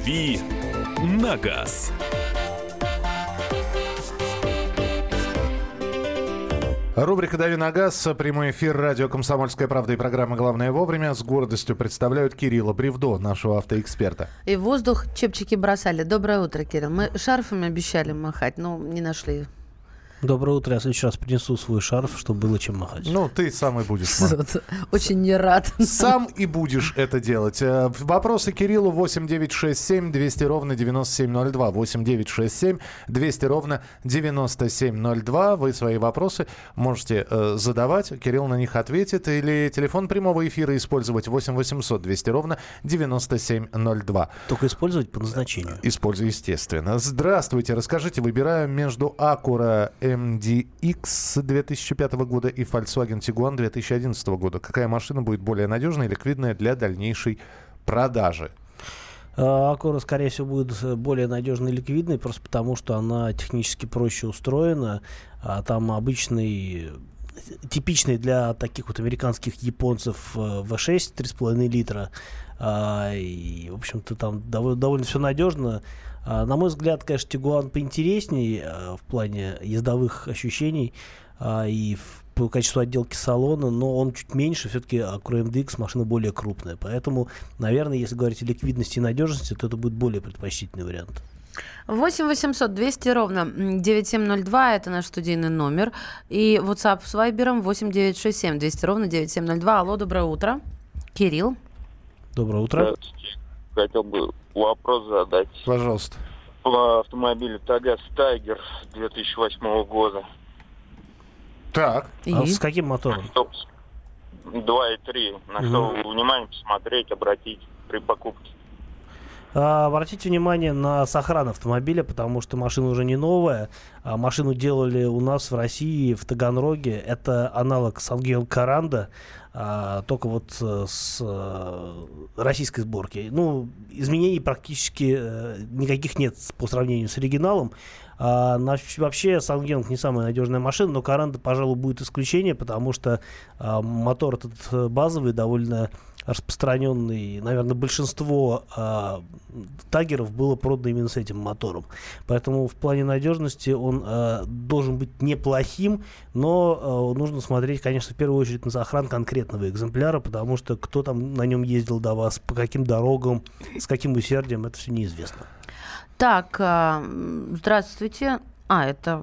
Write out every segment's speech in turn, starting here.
«Дави на газ». Рубрика «Дави на газ», прямой эфир радио «Комсомольская правда» и программа «Главное вовремя» с гордостью представляют Кирилла Бревдо, нашего автоэксперта. И в воздух чепчики бросали. Доброе утро, Кирилл. Мы шарфами обещали махать, но не нашли. Доброе утро. Я в следующий раз принесу свой шарф, чтобы было чем махать. Ну, ты сам и будешь. Очень не рад. Сам и будешь это делать. Вопросы Кириллу 8-967-200-97-02. 8-967-200-97-02. Вы свои вопросы можете задавать. Кирилл на них ответит. Или телефон прямого эфира использовать 8-800-200-97-02. Только использовать по назначению. Используй, естественно. Здравствуйте. Расскажите, выбираю между Acura MDX 2005 года и Volkswagen Tiguan 2011 года. Какая машина будет более надежной и ликвидная для дальнейшей продажи? Acura, скорее всего, будет более надежной и ликвидной, просто потому, что она технически проще устроена. Там обычный, типичный для таких вот американских японцев V6 3,5 литра. И, в общем-то, там довольно все надежно. На мой взгляд, конечно, Tiguan поинтереснее в плане ездовых ощущений и по качеству отделки салона, но он чуть меньше, все-таки Acura MDX машина более крупная. Поэтому, наверное, если говорить о ликвидности и надежности, то это будет более предпочтительный вариант. 8 800 200 ровно 9702, это наш студийный номер. И WhatsApp с Viber'ом 8 967 200 ровно 9702. Алло, доброе утро. Кирилл. Доброе утро. Здравствуйте. Хотел бы вопрос задать. Пожалуйста. По автомобилю Tiggo Tiger 2008 года. Так. А с каким мотором? 2.3. На что внимание посмотреть, обратить при покупке? Обратите внимание на сохран автомобиля, потому что машина уже не новая. Машину делали у нас в России, в Таганроге. Это аналог Sangyon Karanda, только вот с российской сборки. Ну, изменений практически никаких нет по сравнению с оригиналом. Вообще Sangyon не самая надежная машина, но Karanda, пожалуй, будет исключение, потому что мотор этот базовый, довольно распространенный. Наверное, большинство таггеров было продано именно с этим мотором. Поэтому в плане надежности он должен быть неплохим, но нужно смотреть, конечно, в первую очередь на сохран конкретного экземпляра, потому что кто там на нем ездил до вас, по каким дорогам, с каким усердием, это все неизвестно. Так, здравствуйте. Это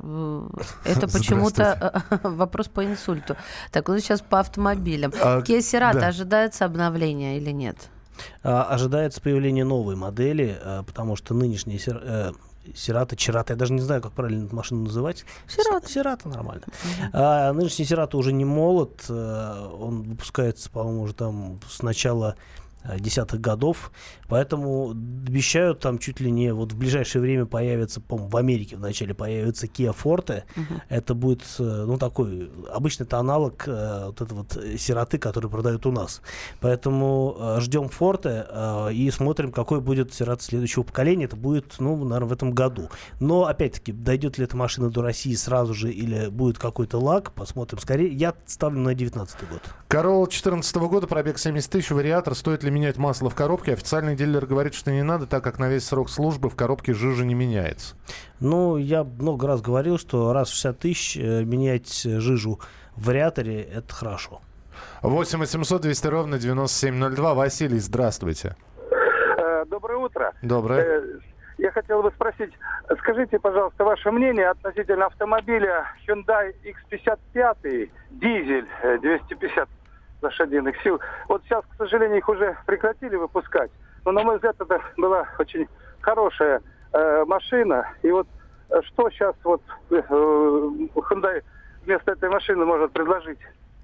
почему-то вопрос по инсульту. Так, ну сейчас по автомобилям. Kia Cerato ожидается обновление или нет? Ожидается появление новой модели, потому что нынешняя Cerato, я даже не знаю, как правильно эту машину называть. Cerato нормально. Нынешний Cerato уже не молод. Он выпускается, по-моему, уже там с начала десятых годов, поэтому обещают там чуть ли не вот в ближайшее время появится, по-моему, в Америке вначале появится Kia Forte. Это будет, ну, такой, обычно это аналог вот этого вот Cerato, который продают у нас. Поэтому ждем Forte и смотрим, какой будет Cerato следующего поколения. Это будет, ну, наверное, в этом году. Но, опять-таки, дойдет ли эта машина до России сразу же или будет какой-то лаг, посмотрим. Скорее, я ставлю на 19-й год. Corolla 2014 года, пробег 70 тысяч, вариатор. Стоит ли менять масло в коробке? Официальный дилер говорит, что не надо, так как на весь срок службы в коробке жижа не меняется. Ну, я много раз говорил, что раз в 60 тысяч менять жижу в вариаторе – это хорошо. 8 800 200 ровно 9702. Василий, здравствуйте. Доброе утро. Доброе. Я хотел бы спросить, скажите, пожалуйста, ваше мнение относительно автомобиля Hyundai X55, дизель, 250 лошадиных сил. Вот сейчас, к сожалению, их уже прекратили выпускать. Но, на мой взгляд, это была очень хорошая машина. И вот что сейчас вот Hyundai вместо этой машины может предложить?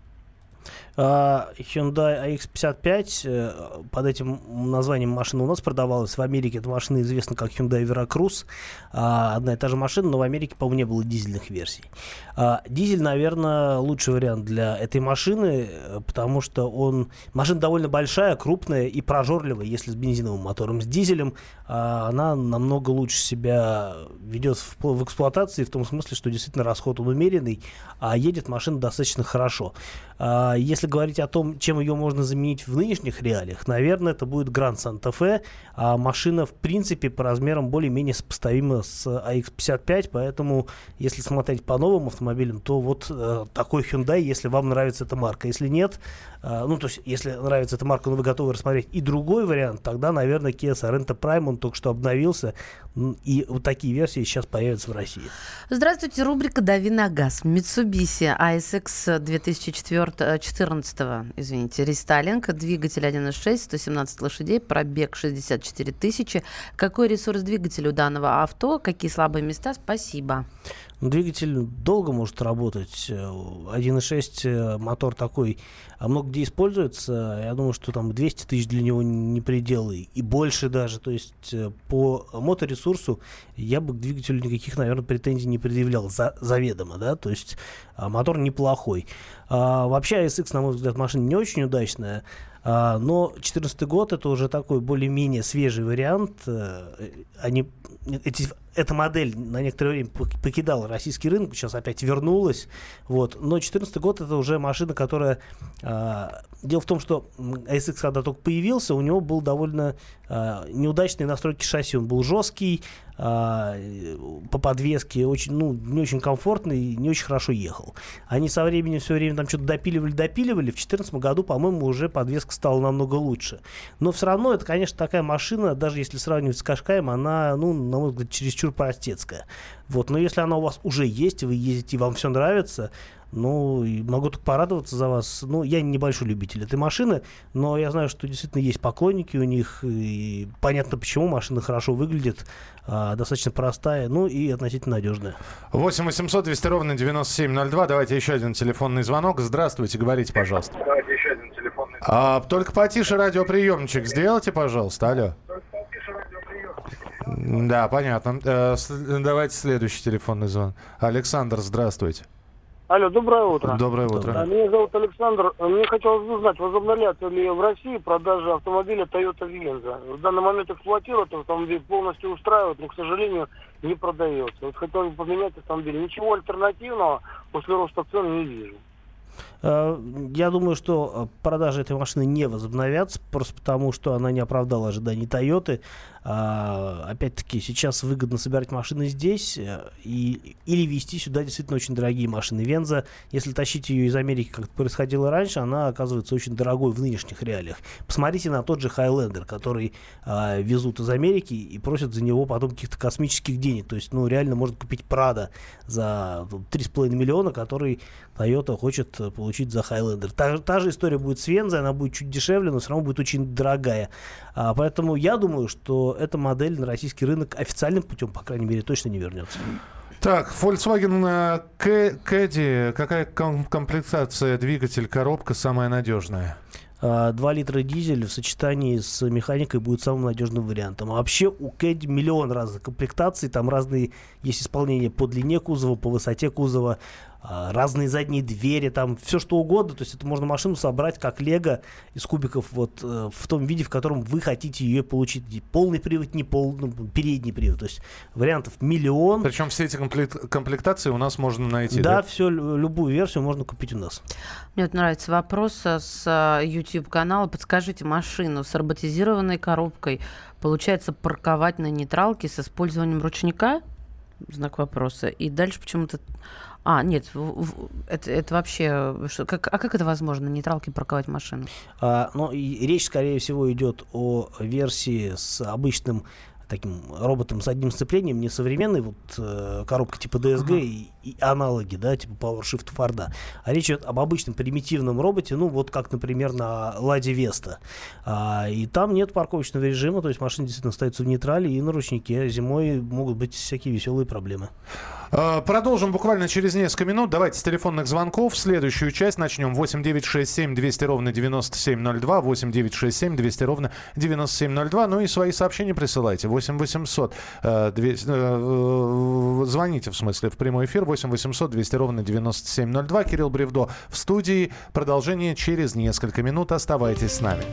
Hyundai AX55, под этим названием машина у нас продавалась. В Америке эта машина известна как Hyundai Veracruz. Одна и та же машина, но в Америке, по-моему, не было дизельных версий. Дизель, наверное, лучший вариант для этой машины, потому что машина довольно большая, крупная и прожорливая, если с бензиновым мотором. С дизелем она намного лучше себя ведет в эксплуатации, в том смысле, что действительно расход он умеренный, а едет машина достаточно хорошо. Если если говорить о том, чем ее можно заменить в нынешних реалиях, наверное, это будет Grand Santa Fe. А машина, в принципе, по размерам более-менее сопоставима с AX55, поэтому, если смотреть по новым автомобилям, то вот такой Hyundai, если вам нравится эта марка. Если нет, то есть, если нравится эта марка, но вы готовы рассмотреть и другой вариант, тогда, наверное, Kia Sorento Prime, он только что обновился, и вот такие версии сейчас появятся в России. Здравствуйте, рубрика «Дави на газ». Mitsubishi ASX 2014, рестайлинг, двигатель 1.6, 117 лошадей, пробег 64 тысячи. Какой ресурс двигателя у данного авто? Какие слабые места? Спасибо. Двигатель долго может работать. 1.6 мотор такой много где используется. Я думаю, что там 200 тысяч для него не пределы. И больше даже. То есть по моторесурсу я бы к двигателю никаких, наверное, претензий не предъявлял заведомо. Да? То есть мотор неплохой. Вообще ASX, на мой взгляд, машина не очень удачная. Но 2014 год это уже такой более-менее свежий вариант. Эта модель на некоторое время покидала российский рынок, сейчас опять вернулась. Вот. Но 2014 год это уже машина, которая... Дело в том, что ASX, когда только появился, у него был довольно неудачные настройки шасси. Он был жесткий, по подвеске, очень, не очень комфортный, не очень хорошо ехал. Они со временем все время там что-то допиливали. В 2014 году, по-моему, уже подвеска стала намного лучше. Но все равно это, конечно, такая машина, даже если сравнивать с Qashqai'ем, она, на мой взгляд, чересчур простецкая. Вот. Но если она у вас уже есть, вы ездите, и вам все нравится, могу только порадоваться за вас. Я небольшой любитель этой машины, но я знаю, что действительно есть поклонники у них, и понятно, почему машина хорошо выглядит, достаточно простая, и относительно надежная. 8 800 200 ровно 9702. Давайте еще один телефонный звонок. Здравствуйте, говорите, пожалуйста. Только потише радиоприемничек сделайте, пожалуйста. Алло. Да, понятно. Давайте следующий телефонный звонок. Александр, здравствуйте. Алло, доброе утро. Доброе утро. Меня зовут Александр. Мне хотелось узнать, возобновляется ли в России продажа автомобиля Toyota Venza. В данный момент эксплуатирует автомобиль, полностью устраивает, но, к сожалению, не продается. Вот хотел бы поменять автомобиль. Ничего альтернативного после роста цен не вижу. Я думаю, что продажи этой машины не возобновятся, просто потому, что она не оправдала ожиданий Toyota. Опять-таки, сейчас выгодно собирать машины здесь или везти сюда действительно очень дорогие машины. Venza, если тащить ее из Америки, как это происходило раньше, она оказывается очень дорогой в нынешних реалиях. Посмотрите на тот же Highlander, который везут из Америки и просят за него потом каких-то космических денег. То есть, реально можно купить Prado за 3,5 миллиона, который Toyota хочет получить за Highlander. Та же история будет с Venza, она будет чуть дешевле, но все равно будет очень дорогая. Поэтому я думаю, что эта модель на российский рынок официальным путем, по крайней мере, точно не вернется. Так, Volkswagen Caddy, какая комплектация, двигатель, коробка самая надежная? 2 литра дизель в сочетании с механикой будет самым надежным вариантом. А вообще у Caddy миллион разных комплектаций, там разные есть исполнения по длине кузова, по высоте кузова, разные задние двери, там все что угодно. То есть это можно машину собрать как лего из кубиков вот в том виде, в котором вы хотите ее получить. Полный привод, не полный, передний привод. То есть вариантов миллион. Причем все эти комплектации у нас можно найти. Да, все, любую версию можно купить у нас. Мне вот нравится вопрос с YouTube-канала. Подскажите, машину с роботизированной коробкой получается парковать на нейтралке с использованием ручника? Знак вопроса. И дальше почему-то... Нет, это вообще... Как это возможно, на нейтралке парковать машину? Речь, скорее всего, идет о версии с обычным таким роботом с одним сцеплением, не современной коробка типа DSG и аналоги, да, типа PowerShift Ford. А речь идет об обычном примитивном роботе, как, например, на Ладе Веста. И там нет парковочного режима, то есть машина действительно остается в нейтрале и на ручнике. Зимой могут быть всякие веселые проблемы. Продолжим буквально через несколько минут. Давайте с телефонных звонков. Следующую часть начнем. 8 9 6 7 200 ровно 9702. 8 9 6 7 200 ровно 9702. И свои сообщения присылайте. 8 800. Звоните, в смысле, в прямой эфир. 8 800 200 ровно 9702. Кирилл Бревдо в студии. Продолжение через несколько минут. Оставайтесь с нами.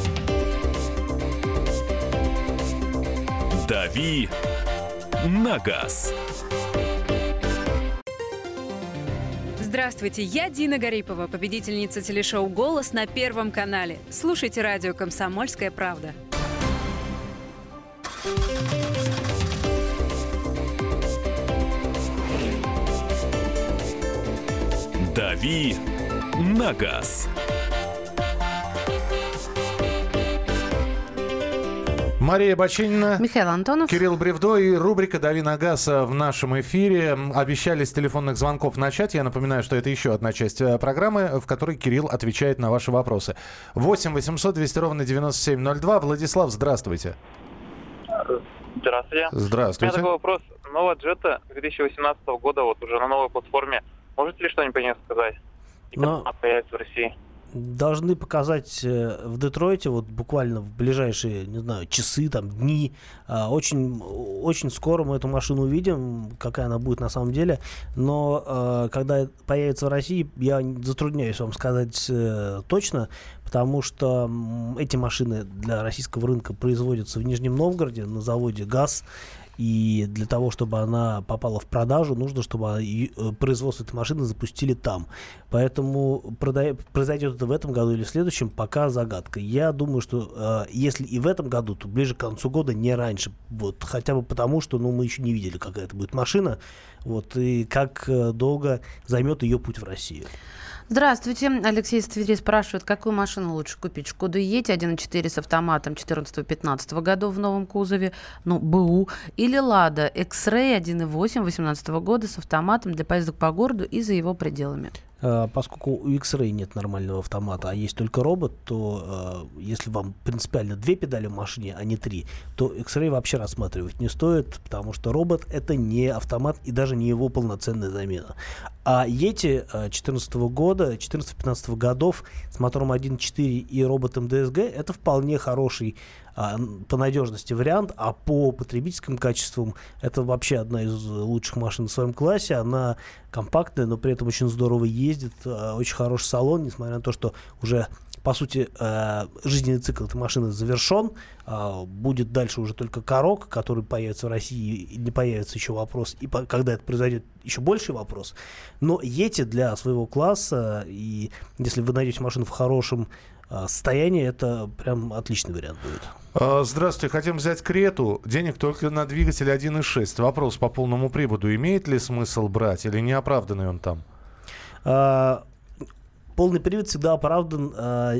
Дави на газ. Здравствуйте, я Дина Гарипова, победительница телешоу «Голос» на Первом канале. Слушайте радио «Комсомольская правда». «Дави на газ». Мария Бачинина, Михаил Антонов, Кирилл Бревдо и рубрика «Дави на газ» в нашем эфире. Обещали с телефонных звонков начать. Я напоминаю, что это еще одна часть программы, в которой Кирилл отвечает на ваши вопросы. 8 800 200 ровно 9702. Владислав, здравствуйте. Здравствуйте. Здравствуйте. У меня такой вопрос. Новая Jetta 2018 года, вот уже на новой платформе. Можете ли что-нибудь по ней сказать? И когда она появится в России? Должны показать в Детройте вот буквально в ближайшие, не знаю, часы, там, дни. Очень, очень скоро мы эту машину увидим, какая она будет на самом деле. Но когда появится в России, я затрудняюсь вам сказать точно, потому что эти машины для российского рынка производятся в Нижнем Новгороде на заводе ГАЗ. И для того, чтобы она попала в продажу, нужно, чтобы производство этой машины запустили там. Поэтому произойдет это в этом году или в следующем, пока загадка. Я думаю, что если и в этом году, то ближе к концу года, не раньше. Вот, хотя бы потому, что мы еще не видели, какая это будет машина, вот, и как долго займет ее путь в Россию. Здравствуйте. Алексей из Твери спрашивает, какую машину лучше купить? Шкоду Йети 1.4 с автоматом 14-15 годов в новом кузове, БУ, или Лада X-Ray 1.8 2018 года с автоматом для поездок по городу и за его пределами? Поскольку у X-Ray нет нормального автомата, а есть только робот, то если вам принципиально 2 педали в машине, а не 3, то X-Ray вообще рассматривать не стоит, потому что робот — это не автомат и даже не его полноценная замена. А Yeti 2014 года, 14-15 годов с мотором 1.4 и роботом DSG — это вполне хороший по надежности вариант, а по потребительским качествам это вообще одна из лучших машин в своем классе. Она компактная, но при этом очень здорово ездит, очень хороший салон, несмотря на то, что уже, по сути, жизненный цикл этой машины завершен. Будет дальше уже только Karoq, который появится в России, и не появится еще вопрос, и когда это произойдет, еще больший вопрос. Но Yeti для своего класса, и если вы найдете машину в хорошем состоянии, это прям отличный вариант будет. Здравствуйте, хотим взять Крету. Денег только на двигатель 1.6. Вопрос по полному приводу. Имеет ли смысл брать или не оправданный он там? Полный привод всегда оправдан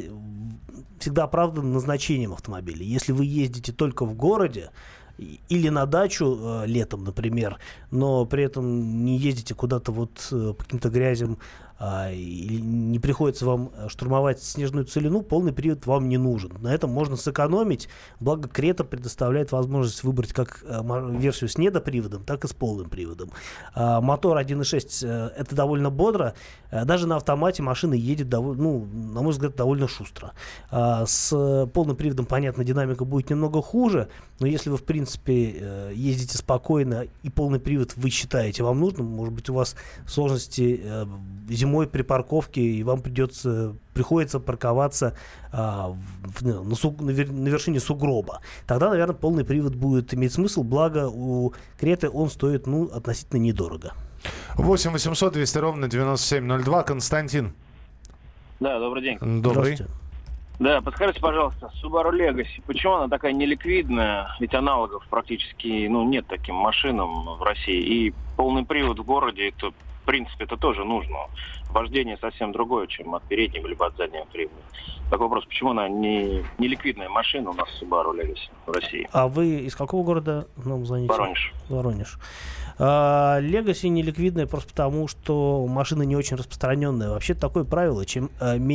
назначением автомобиля. Если вы ездите только в городе или на дачу летом, например, но при этом не ездите куда-то вот по каким-то грязям, и не приходится вам штурмовать снежную целину, полный привод вам не нужен. На этом можно сэкономить, благо Крета предоставляет возможность выбрать как версию с недоприводом, так и с полным приводом. Мотор 1.6 это довольно бодро, даже на автомате машина едет, на мой взгляд, довольно шустро. С полным приводом, понятно, динамика будет немного хуже, но если вы, в принципе, ездите спокойно и полный привод вы считаете вам нужным, может быть, у вас сложности зимой при парковке, и вам приходится парковаться на вершине сугроба. Тогда, наверное, полный привод будет иметь смысл, благо у Креты он стоит относительно недорого. 8 800 200 ровно 9702. Константин. Да, добрый день. Добрый. Да, подскажите, пожалуйста, Subaru Legacy, почему она такая неликвидная? Ведь аналогов практически нет таким машинам в России. И полный привод в городе, это, в принципе, это тоже нужно. Вождение совсем другое, чем от переднего либо от заднего привода. Такой вопрос, почему она не ликвидная машина у нас Subaru Legacy в России? А вы из какого города нам звоните? Воронеж. Legacy неликвидная просто потому, что машина не очень распространенная. Вообще такое правило, чем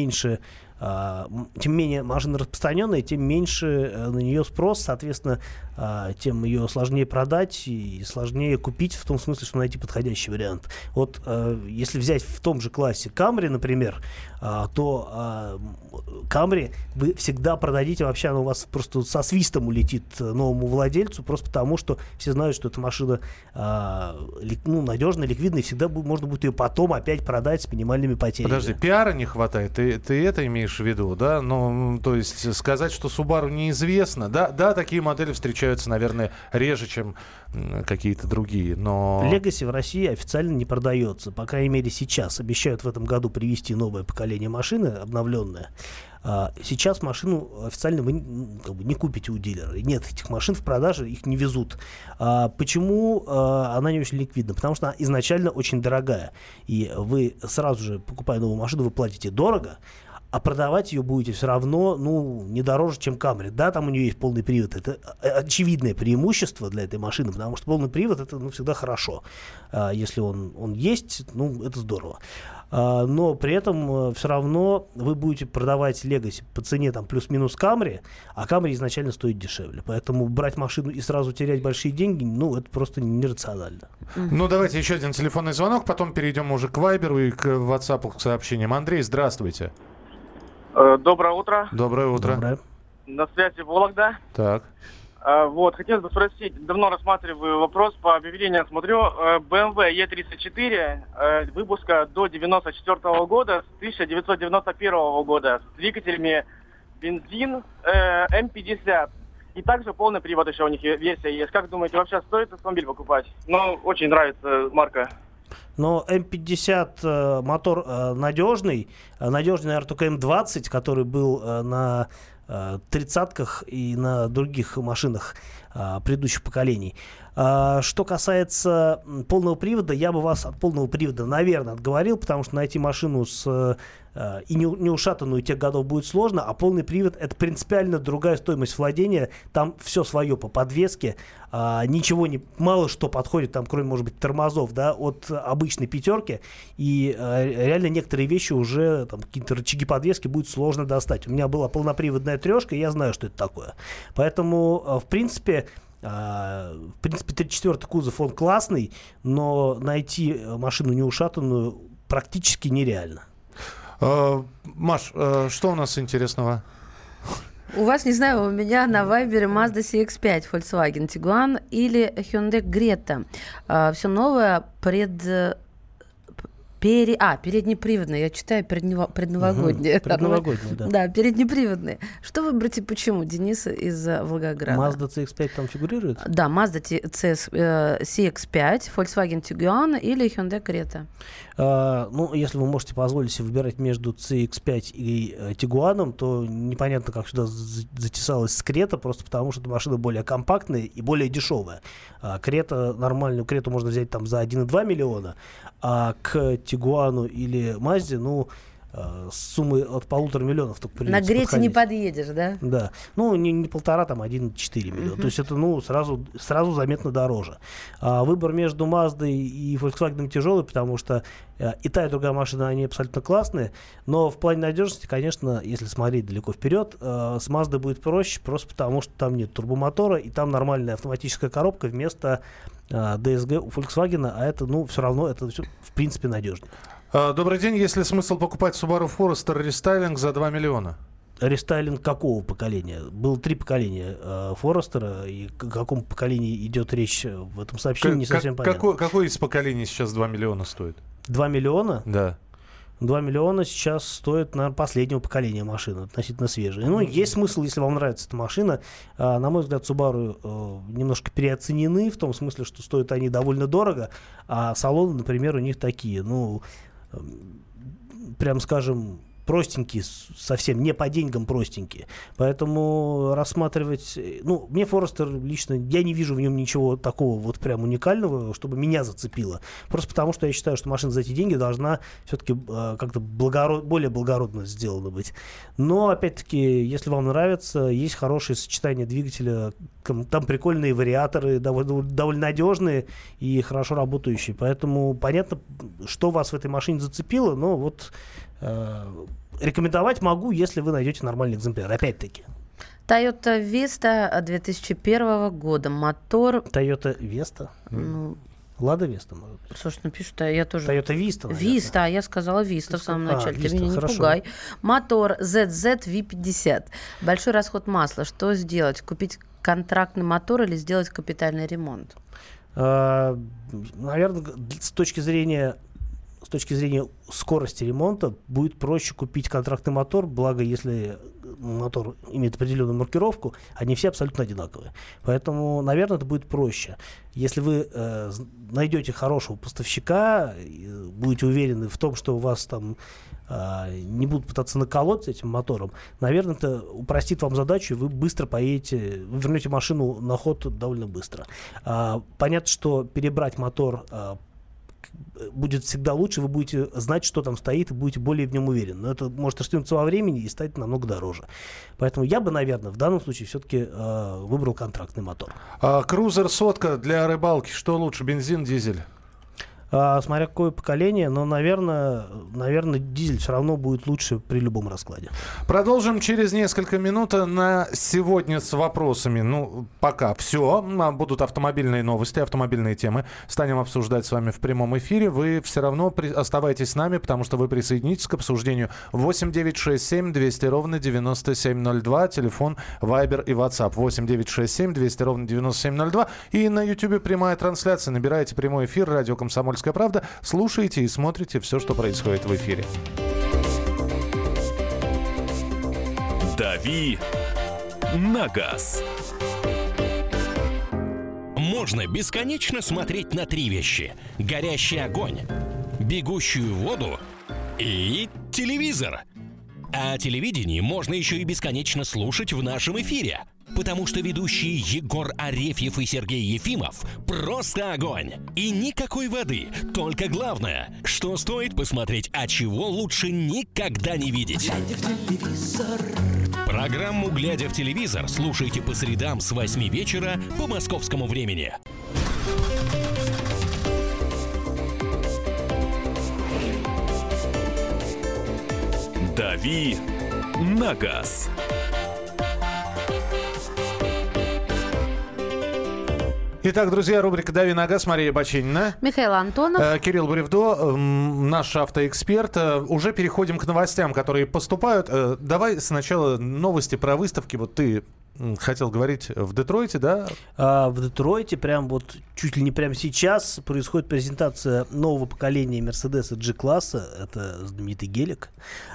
менее машина распространенная, тем меньше на нее спрос, соответственно, тем ее сложнее продать и сложнее купить, в том смысле, что найти подходящий вариант. Вот если взять в том же классе Camry, например, то Camry вы всегда продадите, вообще она у вас просто со свистом улетит новому владельцу, просто потому, что все знают, что эта машина надежная, ликвидная, и всегда можно будет ее потом опять продать с минимальными потерями. Подожди, пиара не хватает? Ты это имеешь имеешь в виду, да? Ну, то есть сказать, что Subaru неизвестно. Да, такие модели встречаются, наверное, реже, чем какие-то другие, но... Legacy в России официально не продается. По крайней мере, сейчас. Обещают в этом году привезти новое поколение машины, обновленное. Сейчас машину официально вы не купите у дилера. Нет этих машин в продаже, их не везут. Почему она не очень ликвидна? Потому что она изначально очень дорогая. И вы сразу же, покупая новую машину, вы платите дорого, а продавать ее будете все равно, не дороже, чем Camry. Да, там у нее есть полный привод. Это очевидное преимущество для этой машины, потому что полный привод это всегда хорошо. Если он есть, это здорово. Но при этом все равно вы будете продавать Legacy по цене там плюс-минус Camry, а Camry изначально стоит дешевле. Поэтому брать машину и сразу терять большие деньги, это просто нерационально. Давайте еще один телефонный звонок, потом перейдем уже к Вайберу и к WhatsApp, к сообщениям. Андрей, здравствуйте. Доброе утро. Доброе утро. Доброе. На связи Вологда. Так. Хотелось бы спросить, давно рассматриваю вопрос по объявлениям, смотрю, BMW E34 выпуска до 94 года, с 1991 года, с двигателями бензин М50. И также полный привод еще у них версия есть. Как думаете, вообще стоит автомобиль покупать? Очень нравится марка. Но М50 мотор надежный, наверное, только М20, который был на 30-ках и на других машинах предыдущих поколений. Что касается полного привода, я бы вас от полного привода, наверное, отговорил, потому что найти машину и не ушатанную тех годов будет сложно, а полный привод — это принципиально другая стоимость владения, там все свое по подвеске, мало что подходит, там, кроме, может быть, тормозов, да, от обычной пятерки, и реально некоторые вещи уже, там, какие-то рычаги подвески будет сложно достать. У меня была полноприводная трешка, и я знаю, что это такое. Поэтому, в принципе, 34-й кузов, он классный, но найти машину неушатанную практически нереально. Маш, что у нас интересного? У вас, не знаю, у меня на Вайбере Mazda CX-5, Volkswagen Tiguan или Hyundai Greta. Все новое переднеприводные. Я читаю предновогодние. Предновогодние, да. Да, переднеприводные. Что выбрать и почему? Денис из Волгограда. Mazda CX-5 там фигурирует? Да, Mazda CX-5, Volkswagen Tiguan или Hyundai Creta. Если вы можете позволить себе выбирать между CX-5 и Tiguan, то непонятно, как сюда затесалась Creta, просто потому что эта машина более компактная и более дешевая. Нормальную Крету можно взять там за 1,2 миллиона, а к Тигуану или Мазде, с суммы от 1,5 миллиона только придется на Грете подходить. Не подъедешь, да? Да. Не 1,5, там 1,4 миллиона. То есть это сразу заметно дороже. Выбор между Маздой и Volkswagen тяжелый, потому что и та, и другая машина, они абсолютно классные. Но в плане надежности, конечно, если смотреть далеко вперед, с Маздой будет проще, просто потому что там нет турбомотора, и там нормальная автоматическая коробка вместо DSG у Volkswagen, а это, все равно, это все, в принципе, надежнее. Добрый день. Есть ли смысл покупать Subaru Forester рестайлинг за 2 миллиона? Рестайлинг какого поколения? Было 3 поколения Форестера, и о каком поколении идет речь в этом сообщении, не совсем понятно. Какое из поколений сейчас 2 миллиона стоит? 2 миллиона? Да. 2 миллиона сейчас стоит, наверное, последнего поколения машины, относительно свежей. Есть смысл, если вам нравится эта машина. На мой взгляд, Subaru немножко переоценены, в том смысле, что стоят они довольно дорого, а салоны, например, у них такие, прям скажем, простенькие, совсем не по деньгам простенькие. Поэтому рассматривать... мне Форестер лично, я не вижу в нем ничего такого вот прям уникального, чтобы меня зацепило. Просто потому, что я считаю, что машина за эти деньги должна все-таки как-то более благородно сделана быть. Но, опять-таки, если вам нравится, есть хорошее сочетание двигателя, там прикольные вариаторы, довольно надежные и хорошо работающие. Поэтому понятно, что вас в этой машине зацепило, но рекомендовать могу, если вы найдете нормальный экземпляр. Опять-таки. Toyota Vista 2001 года. Мотор... Toyota Vesta? Лада Веста, может быть. Слушай, напишут, я тоже... Toyota Vista, наверное. Vista, я сказала Vista в самом начале. Vista, ты меня хорошо. не пугай. Мотор ZZ V50. Большой расход масла. Что сделать? Купить контрактный мотор или сделать капитальный ремонт? Наверное, с точки зрения с точки зрения скорости ремонта будет проще купить контрактный мотор, благо если мотор имеет определенную маркировку, они все абсолютно одинаковые. Поэтому, наверное, это будет проще. Если вы найдете хорошего поставщика, будете уверены в том, что у вас там не будут пытаться наколоться этим мотором, наверное, это упростит вам задачу, и вы быстро поедете, вы вернете машину на ход довольно быстро. Понятно, что перебрать мотор будет всегда лучше, вы будете знать, что там стоит, и будете более в нем уверены. Но это может растянуться во времени и стать намного дороже. Поэтому я бы, наверное, в данном случае все-таки выбрал контрактный мотор. Крузер сотка для рыбалки. Что лучше, бензин, дизель? Смотря какое поколение, но, наверное, дизель все равно будет лучше при любом раскладе. Продолжим через несколько минут. На сегодня с вопросами. Пока все. Будут автомобильные новости, автомобильные темы. Станем обсуждать с вами в прямом эфире. Вы все равно оставайтесь с нами, потому что вы присоединитесь к обсуждению. 8 967 200 ровно 9702. Телефон Viber и WhatsApp. 8 967 200 ровно 9702. И на YouTube прямая трансляция. Набираете прямой эфир. Радио «Комсомольская правда». Слушайте и смотрите все, что происходит в эфире. «Дави на газ». Можно бесконечно смотреть на три вещи: горящий огонь, бегущую воду и телевизор. А телевидение можно еще и бесконечно слушать в нашем эфире, потому что ведущие Егор Арефьев и Сергей Ефимов просто огонь. И никакой воды, только главное, что стоит посмотреть, а чего лучше никогда не видеть. Программу «Глядя в телевизор» слушайте по средам с 8 вечера по московскому времени. «Дави на газ». Итак, друзья, рубрика «Дави на газ». Мария Баченина. Михаил Антонов. Кирилл Бревдо, наш автоэксперт. Уже переходим к новостям, которые поступают. Давай сначала новости про выставки. Вот ты хотел говорить в Детройте, да? В Детройте прям вот чуть ли не прямо сейчас происходит презентация нового поколения Мерседеса G-класса. Это знаменитый гелик.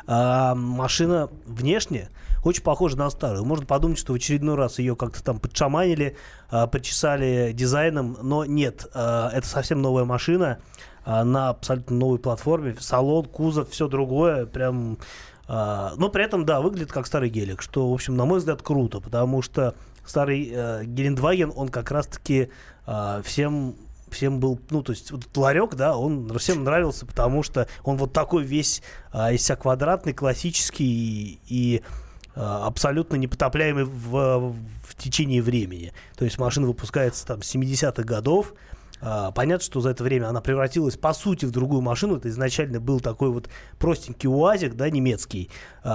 Машина внешне очень похожа на старую. Можно подумать, что в очередной раз ее как-то там подшаманили, причесали дизайном, но нет. Это совсем новая машина на абсолютно новой платформе. Салон, кузов, все другое. Прям... Но при этом, да, выглядит как старый гелик, что, в общем, на мой взгляд, круто, потому что старый Гелендваген, он как раз-таки всем был, ну, то есть вот этот ларек, да, он всем нравился, потому что он вот такой весь из себя квадратный, классический и абсолютно непотопляемый в течение времени. То есть машина выпускается там с 70-х годов. Понятно, что за это время она превратилась, по сути, в другую машину. Это изначально был такой вот простенький УАЗик, да, немецкий.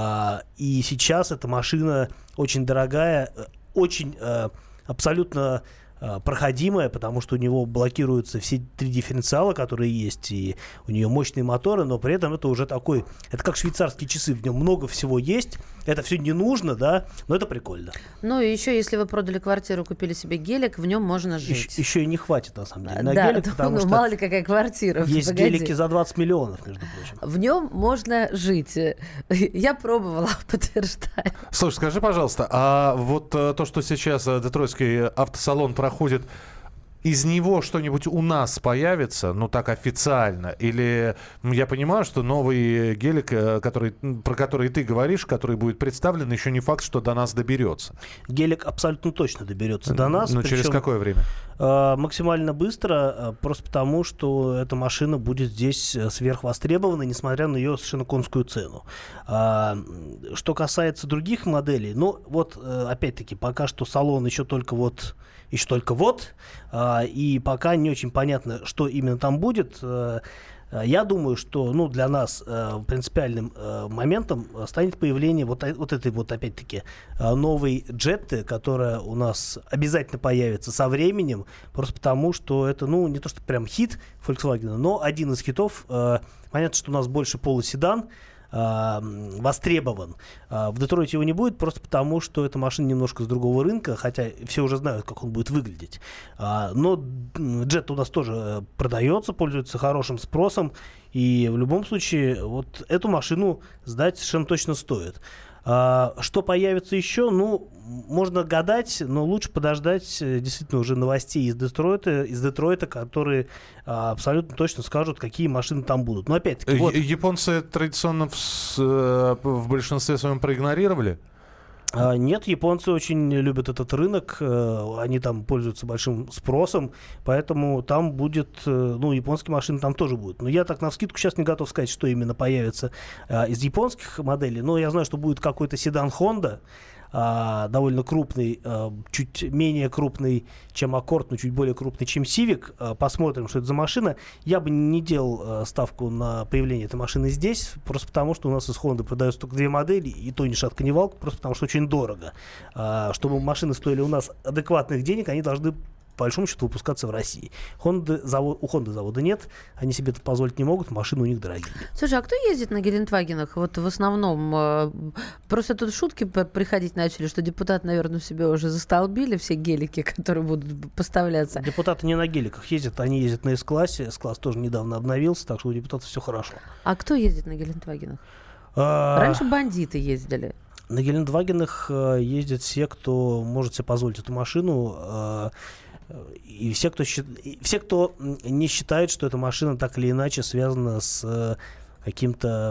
И сейчас эта машина очень дорогая, очень абсолютно проходимая, потому что у него блокируются все три дифференциала, которые есть, и у нее мощные моторы, но при этом это уже такой, это как швейцарские часы, в нем много всего есть, это все не нужно, да, но это прикольно. Ну и еще, если вы продали квартиру, купили себе гелик, в нем можно жить. Еще и не хватит, на самом деле, на да, гелик, потому что мало ли какая квартира. Есть гелики за 20 миллионов, между прочим. В нем можно жить. Я пробовала, подтверждаю. Слушай, скажи, пожалуйста, а вот то, что сейчас Детройтский автосалон проходит, из него что-нибудь у нас появится, ну так официально? Или я понимаю, что новый гелик, про который ты говоришь, который будет представлен, еще не факт, что до нас доберется. Гелик абсолютно точно доберется до нас. Но через какое время? Максимально быстро, просто потому, что эта машина будет здесь сверхвостребована, несмотря на ее совершенно конскую цену. Что касается других моделей, ну вот опять-таки пока что салон еще только вот, и пока не очень понятно, что именно там будет. Я думаю, что для нас принципиальным моментом станет появление вот этой вот опять-таки новой Jetty, которая у нас обязательно появится со временем, просто потому, что это не то что прям хит Volkswagen, но один из хитов. Понятно, что у нас больше полуседан, востребован. В Детройте его не будет просто потому, что эта машина немножко с другого рынка, хотя все уже знают, как он будет выглядеть. Но Jetta у нас тоже продается, пользуется хорошим спросом, и в любом случае вот эту машину сдать совершенно точно стоит. Что появится еще? Ну, можно гадать, но лучше подождать действительно уже новостей из Детройта, которые абсолютно точно скажут, какие машины там будут. Но опять-таки... Вот... Японцы традиционно в большинстве своем проигнорировали? Нет, японцы очень любят этот рынок, они там пользуются большим спросом, поэтому там будет, японские машины там тоже будут. Но я так навскидку сейчас не готов сказать, что именно появится из японских моделей, но я знаю, что будет какой-то седан Honda, довольно крупный, чуть менее крупный, чем Accord, но чуть более крупный, чем Civic. Посмотрим, что это за машина. Я бы не делал ставку на появление этой машины здесь, просто потому, что у нас из Honda продаются только 2 модели, и то ни шатка, ни валка, просто потому, что очень дорого. Чтобы машины стоили у нас адекватных денег, они должны по большому счету выпускаться в России. У Honda завода нет, они себе это позволить не могут, машины у них дорогие. Слушай, а кто ездит на Гелендвагенах? Вот в основном просто тут шутки приходить начали, что депутаты, наверное, себе уже застолбили все гелики, которые будут поставляться. Депутаты не на геликах ездят, они ездят на С-классе. С-класс тоже недавно обновился, так что у депутатов все хорошо. А кто ездит на Гелендвагенах? Раньше бандиты ездили. На Гелендвагенах ездят все, кто может себе позволить эту машину. И все, кто не считает, что эта машина так или иначе связана с каким-то...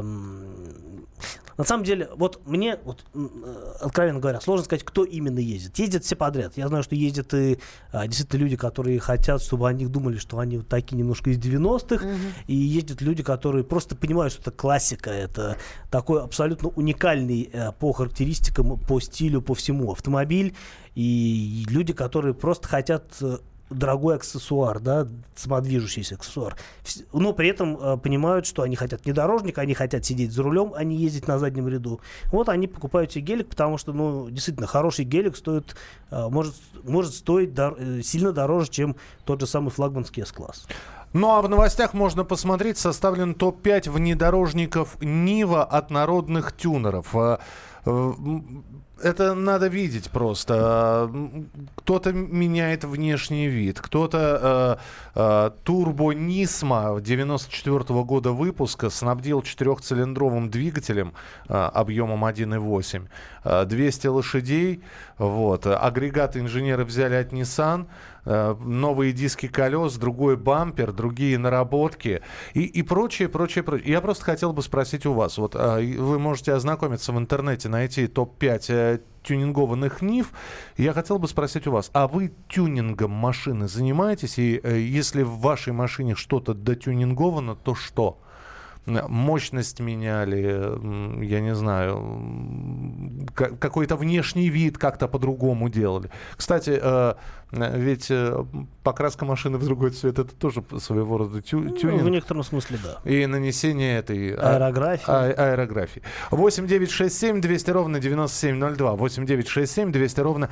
На самом деле, вот мне, откровенно говоря, сложно сказать, кто именно ездит. Ездят все подряд. Я знаю, что ездят и действительно люди, которые хотят, чтобы о них думали, что они вот такие немножко из 90-х. И ездят люди, которые просто понимают, что это классика. Это такой абсолютно уникальный по характеристикам, по стилю, по всему автомобиль. И люди, которые просто хотят... дорогой аксессуар, да, самодвижущийся аксессуар. Но при этом понимают, что они хотят внедорожник, они хотят сидеть за рулем, а не ездить на заднем ряду. Вот они покупают себе гелик, потому что, действительно, хороший гелик стоит, может стоить сильно дороже, чем тот же самый флагманский S-класс. Ну а в новостях можно посмотреть, составлен топ-5 внедорожников Нива от народных тюнеров. Это надо видеть просто. Кто-то меняет внешний вид, кто-то Turbo Nismo 94 года выпуска снабдил 4-цилиндровым двигателем объемом 1,8. 200 лошадей. Вот. Агрегаты инженеры взяли от Nissan. Новые диски колес, другой бампер, другие наработки и прочее. Я просто хотел бы спросить у вас. Вот вы можете ознакомиться в интернете, найти топ-5 тюнингованных Нив. Я хотел бы спросить у вас, а вы тюнингом машины занимаетесь? И если в вашей машине что-то дотюнинговано, то что? Мощность меняли, я не знаю, какой-то внешний вид как-то по-другому делали. Кстати, ведь покраска машины в другой цвет — это тоже своего рода тюнинг. В некотором смысле, да. И нанесение этой аэрографии. 8-967-200-97-02. 8-967-200-97-02.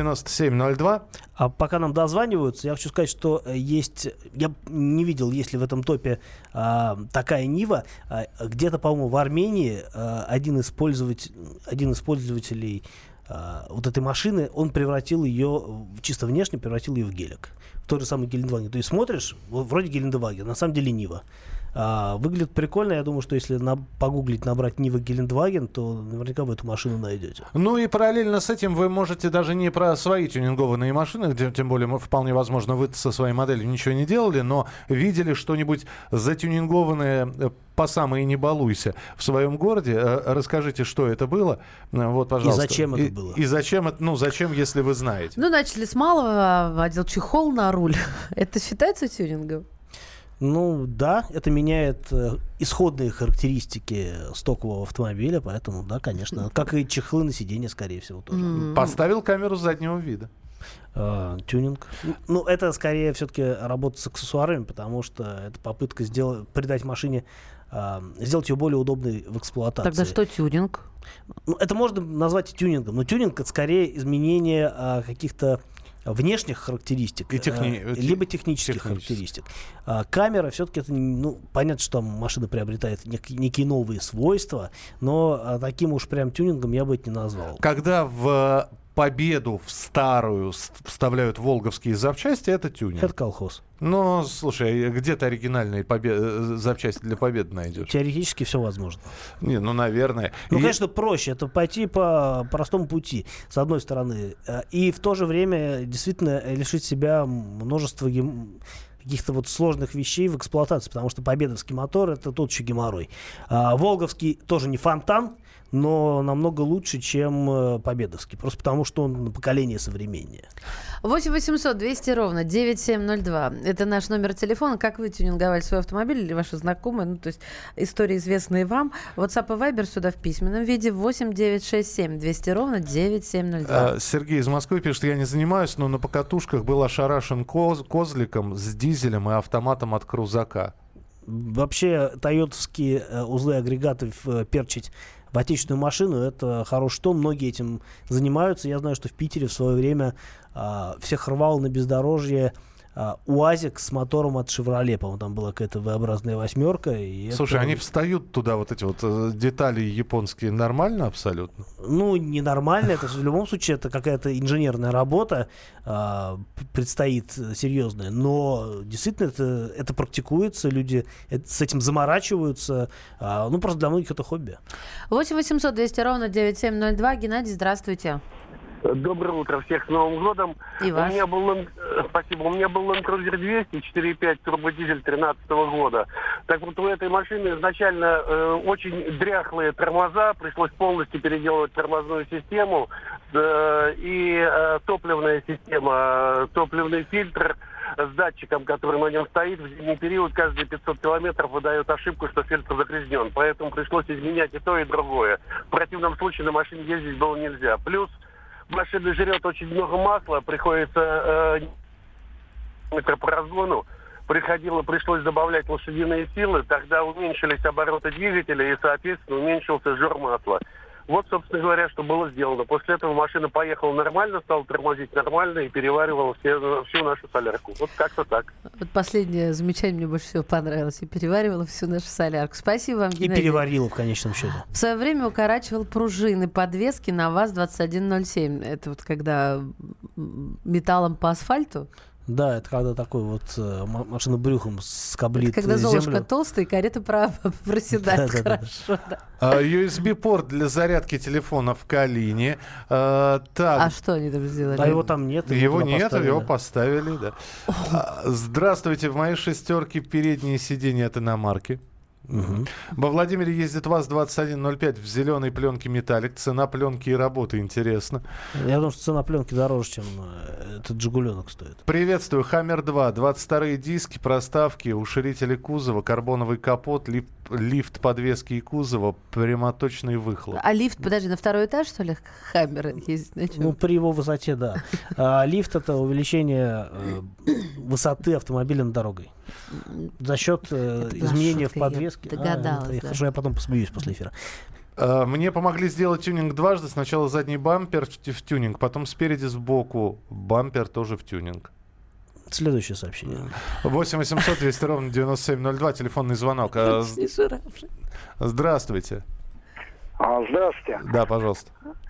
А пока нам дозваниваются, я хочу сказать, что есть... Я не видел, есть ли в этом топе такая Нива. Где-то, по-моему, в Армении один из пользователей вот этой машины, он превратил ее, чисто внешне превратил ее в гелик. В тот же самый Гелендваген. То есть смотришь, вроде Гелендваген, на самом деле Нива. Выглядит прикольно. Я думаю, что если погуглить, набрать Нива Гелендваген, то наверняка вы эту машину найдете. Ну и параллельно с этим вы можете даже не про свои тюнингованные машины, где, тем более, вполне возможно, вы со своей моделью ничего не делали, но видели что-нибудь затюнингованное по самой не балуйся в своем городе. Расскажите, что это было. Вот, пожалуйста. И зачем это было? И зачем это, зачем, если вы знаете? Начали с малого, одел чехол на руль. Это считается тюнингом? Да, это меняет исходные характеристики стокового автомобиля, поэтому, да, конечно, как и чехлы на сиденье, скорее всего, тоже. Поставил камеру заднего вида. Тюнинг. Это скорее все-таки работа с аксессуарами, потому что это попытка придать машине, сделать ее более удобной в эксплуатации. Тогда что тюнинг? Это можно назвать и тюнингом, но тюнинг — это скорее изменение каких-то внешних характеристик, И либо технических характеристик. Камера все-таки, это, понятно, что там машина приобретает некие новые свойства, но таким уж прям тюнингом я бы это не назвал. Когда в Победу в старую вставляют волговские запчасти, это тюнинг. Это колхоз. Но, слушай, где ты оригинальные запчасти для Победы найдешь? Теоретически все возможно. Не, наверное. Конечно, проще. Это пойти по простому пути, с одной стороны. И в то же время действительно лишить себя множества каких-то вот сложных вещей в эксплуатации, потому что победовский мотор — это тот еще геморрой. Волговский тоже не фонтан, но намного лучше, чем победовский. Просто потому, что он на поколение современнее. 8 800 200 ровно 9702. Это наш номер телефона. Как вы тюнинговали свой автомобиль или ваши знакомые? То есть истории, известные вам. WhatsApp и Viber сюда в письменном виде. 8 967 200 ровно 9702. Сергей из Москвы пишет: я не занимаюсь, но на покатушках был ошарашен козликом с дизелем и автоматом от крузака. Вообще, тойотовские узлы агрегаты перчить в отечественную машину — это хороший том. Многие этим занимаются. Я знаю, что в Питере в свое время всех рвал на бездорожье УАЗик с мотором от «Шевроле». По-моему, там была какая-то V-образная восьмерка. Слушай, они встают туда, вот эти вот детали японские, нормально абсолютно? Ненормально. Это в любом случае это какая-то инженерная работа предстоит серьезная. Но действительно это практикуется, люди с этим заморачиваются. Просто для многих это хобби. 8 800 200 ровно 9702. Геннадий, здравствуйте. Доброе утро, всех с Новым годом. И вас. Спасибо. У меня был Land Cruiser 200, 4.5 турбодизель 2013 года. Так вот, у этой машины изначально очень дряхлые тормоза, пришлось полностью переделывать тормозную систему, и топливная система, топливный фильтр с датчиком, который на нем стоит, в зимний период каждые 500 километров выдает ошибку, что фильтр загрязнен. Поэтому пришлось изменять и то, и другое. В противном случае на машине ездить было нельзя. Плюс машина жрет очень много масла, приходится по разгону. Пришлось добавлять лошадиные силы, тогда уменьшились обороты двигателя и, соответственно, уменьшился жор масла. Вот, собственно говоря, что было сделано. После этого машина поехала нормально, стала тормозить нормально и переваривала всю нашу солярку. Вот как-то так. Вот последнее замечание мне больше всего понравилось. И переваривала всю нашу солярку. Спасибо вам, Геннадий. И переварила в конечном счете. В свое время укорачивал пружины подвески на ВАЗ-2107. Это вот когда металлом по асфальту? Да, это когда такой вот машина брюхом скоблит это когда землю. Золушка толстая, и карета проседает хорошо. USB-порт для зарядки телефона в Калине. А что они там сделали? А его там нет. Его нет, его поставили, да. Здравствуйте, в моей шестерке передние сиденья от иномарки. Угу. Во Владимире ездит ВАЗ-2105 в зеленой пленке металлик. Цена пленки и работы интересно. Я думаю, что цена пленки дороже, чем этот «Жигуленок» стоит. Приветствую. Хаммер 2. 22 диски, проставки, уширители кузова, карбоновый капот, лифт подвески и кузова, прямоточный выхлоп. А лифт, подожди, на второй этаж, что ли, Хаммер ездит? При его высоте, да. Лифт — это увеличение высоты автомобиля над дорогой. За счет изменения в подвеске. Догадалась, да. Хорошо, я потом посмеюсь после эфира. Мне помогли сделать тюнинг дважды. Сначала задний бампер в тюнинг, потом спереди сбоку бампер тоже в тюнинг. Следующее сообщение. 8 800 200 ровно 9702. Телефонный звонок. Здравствуйте. Здравствуйте. Да, пожалуйста.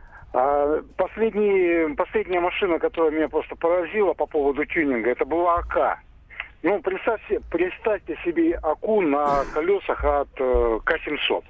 Последняя машина, которая меня просто поразила по поводу тюнинга, это была АК. Представьте себе АКУ на колесах от К-700.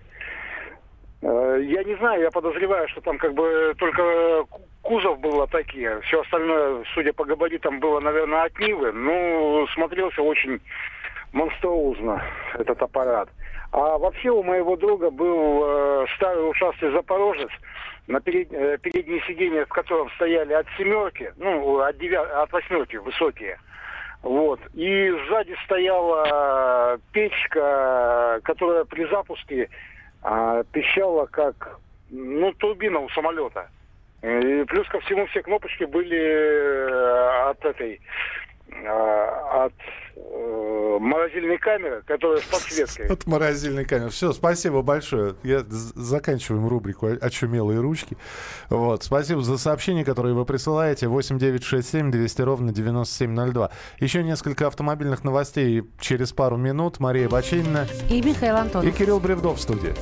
Я не знаю, я подозреваю, что там только кузов было такие. Все остальное, судя по габаритам, было, наверное, от Нивы. Смотрелся очень монструозно этот аппарат. А вообще у моего друга был старый ушастый Запорожец, на передние сиденья, в котором стояли от семерки, от восьмерки высокие. Вот. И сзади стояла печка, которая при запуске пищала как турбина у самолета. И плюс ко всему все кнопочки были от морозильной камеры, которая с подсветкой. От морозильной камеры. Все, спасибо большое. Заканчиваем рубрику «Очумелые ручки». Вот. Спасибо за сообщения, которые вы присылаете. 8 9 6 7 200 ровно 9702. Еще несколько автомобильных новостей через пару минут. Мария Бачинина и Михаил Антонов. И Кирилл Бревдов в студии.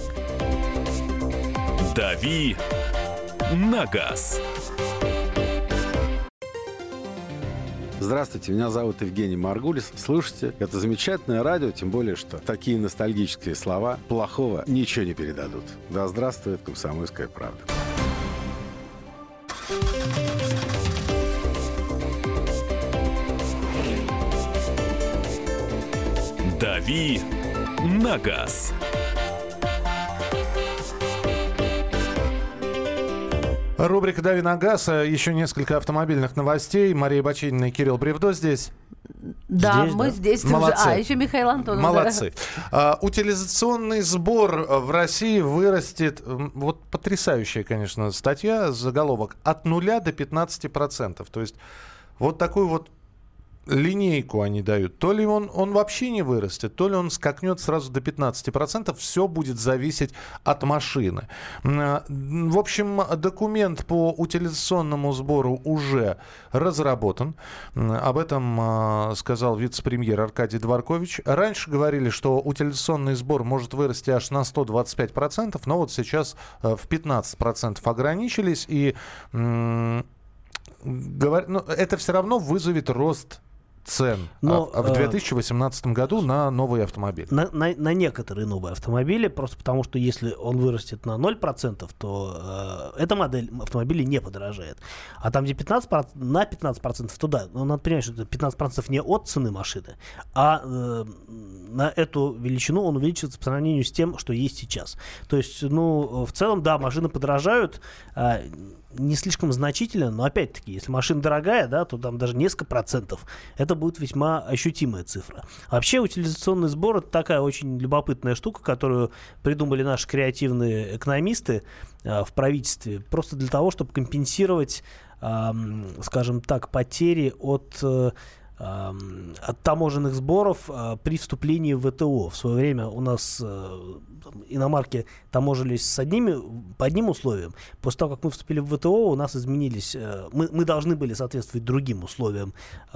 «Дави на газ». Здравствуйте, меня зовут Евгений Маргулис. Слушайте, это замечательное радио, тем более, что такие ностальгические слова плохого ничего не передадут. Да здравствует «Комсомольская правда». «Дави на газ». Рубрика «Дави на газ». Еще несколько автомобильных новостей. Мария Бачинина и Кирилл Бревдо здесь. Да, здесь, мы да? здесь Молодцы. тоже. Еще Михаил Антонов. Молодцы. Да. Утилизационный сбор в России вырастет, вот потрясающая, конечно, статья, заголовок, от 0 до 15%. То есть вот такую вот линейку они дают. То ли он вообще не вырастет, то ли он скакнет сразу до 15%. Все будет зависеть от машины. В общем, документ по утилизационному сбору уже разработан. Об этом сказал вице-премьер Аркадий Дворкович. Раньше говорили, что утилизационный сбор может вырасти аж на 125%, но вот сейчас в 15% ограничились. И это все равно вызовет рост цен в 2018 году на новые автомобили. На некоторые новые автомобили, просто потому что если он вырастет на 0%, то эта модель автомобилей не подорожает. А там, где 15%, то да, но надо понимать, что это 15% не от цены машины, а на эту величину он увеличивается по сравнению с тем, что есть сейчас. То есть, в целом, да, машины подорожают, не слишком значительно, но опять-таки, если машина дорогая, да, то там даже несколько процентов, это будет весьма ощутимая цифра. Вообще утилизационный сбор — это такая очень любопытная штука, которую придумали наши креативные экономисты в правительстве, просто для того, чтобы компенсировать, скажем так, потери от таможенных сборов при вступлении в ВТО. В свое время у нас иномарки таможились по одним условиям. После того, как мы вступили в ВТО, у нас изменились... Мы должны были соответствовать другим условиям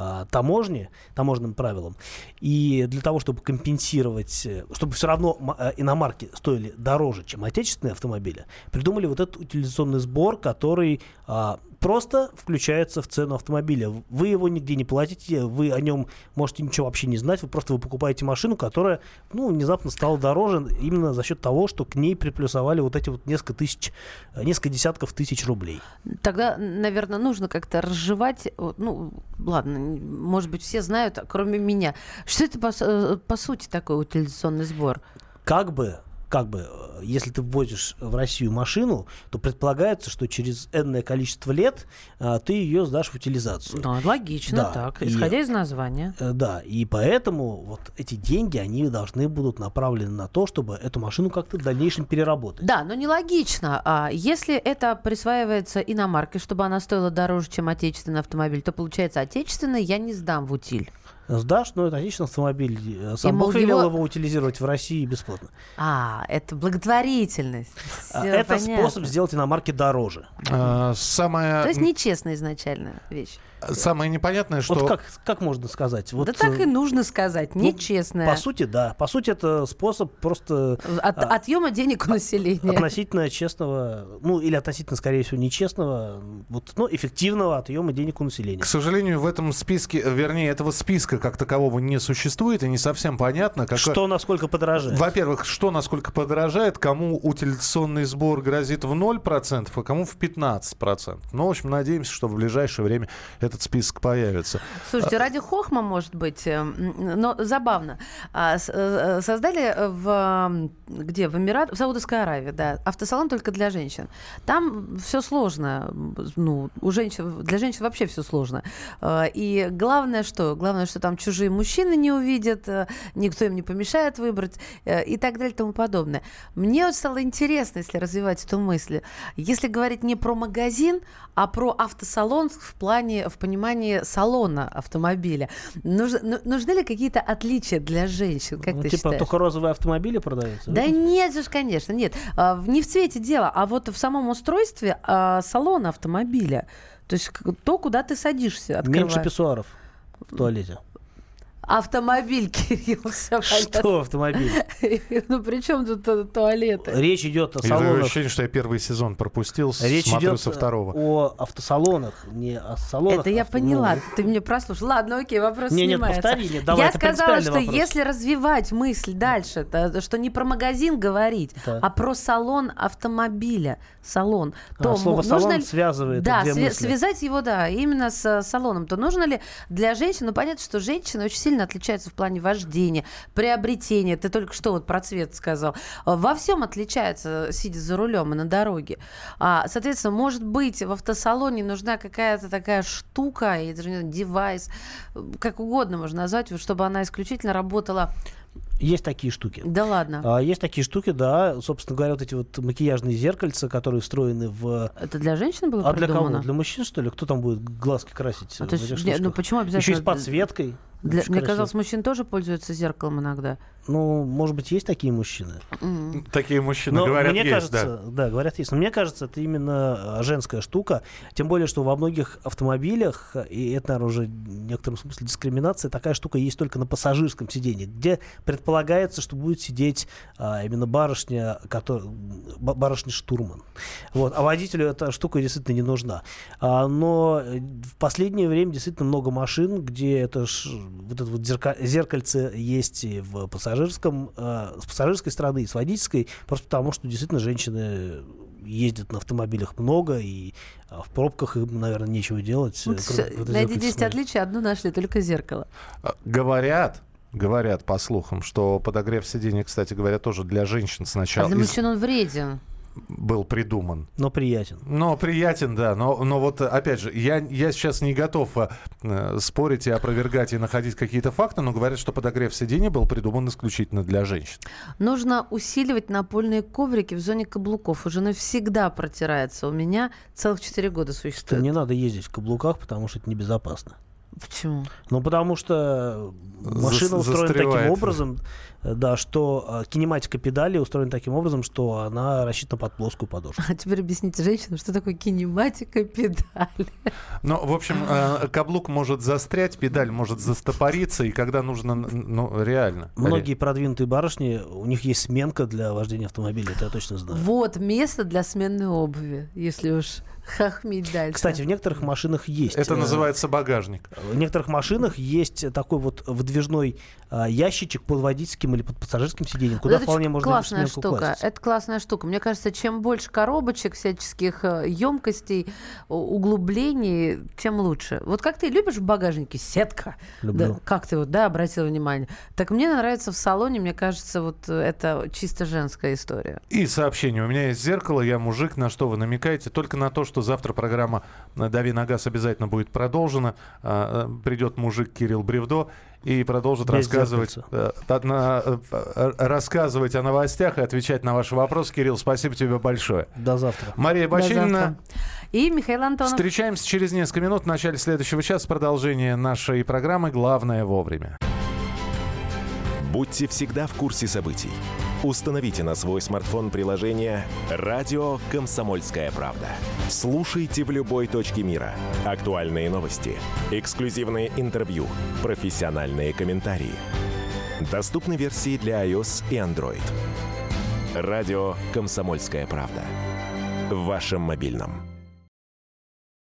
таможенным правилам. И для того, чтобы компенсировать... Чтобы все равно иномарки стоили дороже, чем отечественные автомобили, придумали вот этот утилизационный сбор, который... просто включается в цену автомобиля. Вы его нигде не платите, вы о нем можете ничего вообще не знать, вы покупаете машину, которая, внезапно стала дороже именно за счет того, что к ней приплюсовали вот эти вот несколько десятков тысяч рублей. Тогда, наверное, нужно как-то разжевать, ладно, может быть, все знают, кроме меня. Что это по сути такой утилизационный сбор? Как бы, если ты ввозишь в Россию машину, то предполагается, что через энное количество лет ты ее сдашь в утилизацию. Да, логично, да. Так, исходя из названия. Да, и поэтому вот эти деньги, они должны будут направлены на то, чтобы эту машину как-то в дальнейшем переработать. Да, но нелогично. Если это присваивается иномарке, чтобы она стоила дороже, чем отечественный автомобиль, то, получается, отечественный я не сдам в утиль. Сдашь, но это отечественный автомобиль. Сам Бог велел его утилизировать в России бесплатно. Это благотворительность. Это способ сделать иномарки дороже. То есть нечестная изначально вещь. Самое непонятное, что... Вот как можно сказать? Да так и нужно сказать, нечестная. По сути, да. По сути, это способ просто... Отъема денег у населения. Относительно честного, или относительно, скорее всего, нечестного, эффективного отъема денег у населения. К сожалению, в этом списке, вернее, этого списка как такового не существует, и не совсем понятно, что насколько подорожает. Во-первых, что насколько подорожает, кому утилизационный сбор грозит в 0%, а кому в 15%. В общем, надеемся, что в ближайшее время этот список появится. Слушайте, ради хохма, может быть, но забавно. Создали в Саудовской Аравии, да, автосалон только для женщин. Там все сложно. Для женщин вообще все сложно. И главное, что там чужие мужчины не увидят, никто им не помешает выбрать и так далее и тому подобное. Мне вот стало интересно, если развивать эту мысль, если говорить не про магазин, а про автосалон в понимании салона автомобиля. Нужны ли какие-то отличия для женщин, как ты считаешь? Только розовые автомобили продаются? Да нет же, конечно, нет. Не в цвете дела, а вот в самом устройстве салона автомобиля. То есть то, куда ты садишься. Меньше писсуаров в туалете. Автомобиль, Кирилл, все понятно. Что автомобиль? Ну, при чем тут туалеты? Речь идет о салонах. Такое ощущение, что я первый сезон пропустил, смотрю со второго. О автосалонах, не о салонах. Это я поняла, ты мне прослушал. Ладно, окей, вопрос снимается. Нет, повтори, давай, я сказала, что если развивать мысль дальше, что не про магазин говорить, а про салон автомобиля, салон, то слово «салон» связывает две мысли. Связать его, именно с салоном. То нужно ли для женщин, понятно, что женщины очень сильно отличаются в плане вождения, приобретения. Ты только что вот про цвет сказал. Во всем отличается, сидя за рулем и на дороге. Соответственно, может быть, в автосалоне нужна какая-то такая штука, я даже не знаю, девайс, как угодно можно назвать, чтобы она исключительно работала. Есть такие штуки. Да ладно. Есть такие штуки, да. Собственно говоря, вот эти вот макияжные зеркальца, которые встроены в... Это для женщин было придумано? Для кого? Для мужчин, что ли? Кто там будет глазки красить? То есть, почему обязательно? Еще и с подсветкой. Мне казалось, мужчин тоже пользуются зеркалом иногда. Может быть, есть такие мужчины. Такие мужчины, говорят, мне есть, кажется, да, говорят, есть. Но мне кажется, это именно женская штука. Тем более, что во многих автомобилях, и это, наверное, уже в некотором смысле дискриминация, такая штука есть только на пассажирском сидении, где предполагается, что будет сидеть именно барышня-штурман. Вот. А водителю эта штука действительно не нужна. Но в последнее время действительно много машин, где это вот это вот зеркальце есть и в пассажирском, с пассажирской стороны, и с водительской, просто потому что действительно женщины ездят на автомобилях много, и в пробках им, наверное, нечего делать. Найди 10 отличий, одно нашли, только зеркало. Говорят, по слухам, что подогрев сиденья, кстати говоря, тоже для женщин сначала. А для мужчин он вреден. Был придуман. Но приятен, да. Но вот, опять же, я сейчас не готов спорить и опровергать и находить какие-то факты, но говорят, что подогрев сиденья был придуман исключительно для женщин. Нужно усиливать напольные коврики в зоне каблуков. Уже навсегда протирается. У меня целых 4 года существует. Не надо ездить в каблуках, потому что это небезопасно. Почему? Потому что машина устроена таким образом, да, что кинематика педали устроена таким образом, что она рассчитана под плоскую подошву. А теперь объясните женщинам, что такое кинематика педали. В общем, каблук может застрять, педаль может застопориться, и когда нужно, реально. Многие продвинутые барышни, у них есть сменка для вождения автомобиля, это я точно знаю. Вот место для смены обуви, если уж хохмить дальше. Кстати, в некоторых машинах есть. Это называется багажник. В некоторых машинах есть такой вот выдвижной ящичек под водительским или под пассажирским сиденьем, куда вполне можно сменку класть. Это классная штука. Мне кажется, чем больше коробочек, всяческих емкостей, углублений, тем лучше. Вот как ты любишь в багажнике? Сетка. Люблю. Да, как ты обратил внимание? Так мне нравится в салоне, мне кажется, вот это чисто женская история. И сообщение. У меня есть зеркало, я мужик. На что вы намекаете? Только на то, что завтра программа «Дави на газ» обязательно будет продолжена. Придет мужик Кирилл Бревдо и продолжит рассказывать о новостях и отвечать на ваши вопросы. Кирилл, спасибо тебе большое. До завтра. Мария Бачинина и Михаил Антонов. Встречаемся через несколько минут в начале следующего часа. Продолжение нашей программы «Главное вовремя». Будьте всегда в курсе событий. Установите на свой смартфон приложение «Радио Комсомольская правда». Слушайте в любой точке мира. Актуальные новости, эксклюзивные интервью, профессиональные комментарии. Доступны версии для iOS и Android. «Радио Комсомольская правда». В вашем мобильном.